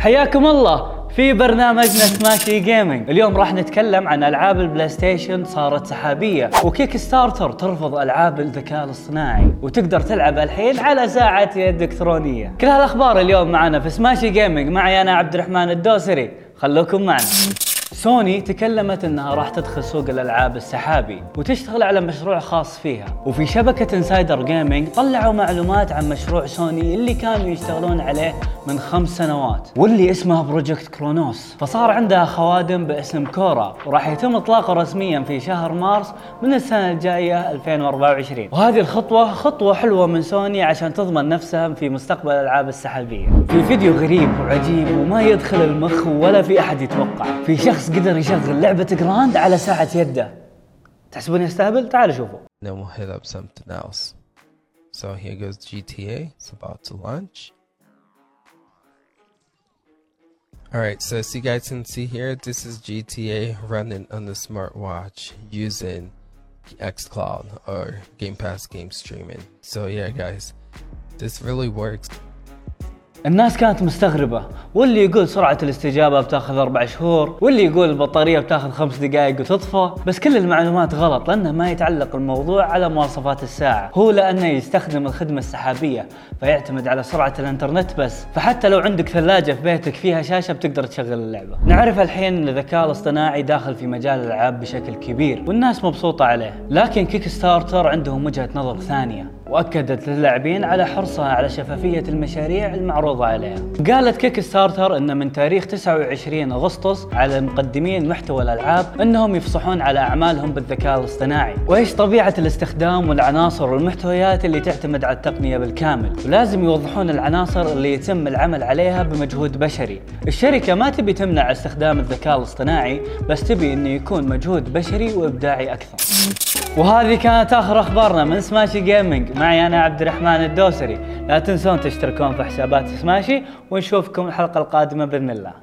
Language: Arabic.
حياكم الله في برنامجنا سماشي جيمنج. اليوم راح نتكلم عن العاب البلاي ستيشن صارت سحابيه، وكيك ستارتر ترفض العاب الذكاء الاصطناعي وتقدر تلعب الحين على ساعه يد الكترونيه. كل هالاخبار اليوم معنا في سماشي جيمنج، معي انا عبد الرحمن الدوسري، خلوكم معنا. سوني تكلمت انها راح تدخل سوق الالعاب السحابي وتشتغل على مشروع خاص فيها، وفي شبكة انسايدر جيمنج طلعوا معلومات عن مشروع سوني اللي كانوا يشتغلون عليه من 5 سنوات، واللي اسمه بروجكت كرونوس. فصار عندها خوادم باسم كورا، وراح يتم اطلاقه رسميا في شهر مارس من السنة الجاية 2024. وهذه الخطوة خطوة حلوة من سوني عشان تضمن نفسها في مستقبل الالعاب السحابية. في فيديو غريب وعجيب وما يدخل المخ ولا في احد يتوقع، في شخص قدر يشغل لعبة جراند على ساعة يده. تحسبون يستهبل؟ تعالوا شوفوا. Then we'll hit up something else. So here goes GTA. It's about to launch. Alright, so as you guys can see here, this is GTA running on the smartwatch using xCloud or Game Pass game streaming. So yeah guys, this really works. الناس كانت مستغربة، واللي يقول سرعة الاستجابة بتاخذ 4 شهور، واللي يقول البطارية بتاخذ 5 دقائق وتطفى. بس كل المعلومات غلط، لأنه ما يتعلق الموضوع على مواصفات الساعة، هو لأنه يستخدم الخدمة السحابية فيعتمد على سرعة الانترنت بس. فحتى لو عندك ثلاجة في بيتك فيها شاشة بتقدر تشغل اللعبة. نعرف الحين ان الذكاء الاصطناعي داخل في مجال الألعاب بشكل كبير والناس مبسوطة عليه، لكن كيك ستارتر عندهم وجهة نظر ثانية، وأكدت للاعبين على حرصها على شفافية المشاريع المعروضة عليها. قالت كيك ستارتر أن من تاريخ 29 أغسطس على مقدمين محتوى الألعاب أنهم يفصحون على أعمالهم بالذكاء الاصطناعي، وإيش طبيعة الاستخدام والعناصر والمحتويات اللي تعتمد على التقنية بالكامل، ولازم يوضحون العناصر اللي يتم العمل عليها بمجهود بشري. الشركة ما تبي تمنع استخدام الذكاء الاصطناعي، بس تبي أنه يكون مجهود بشري وإبداعي أكثر. وهذه كانت آخر أخبارنا من سماشي جيمنج، معي أنا عبد الرحمن الدوسري. لا تنسون تشتركون في حسابات سماشي، ونشوفكم الحلقة القادمة بإذن الله.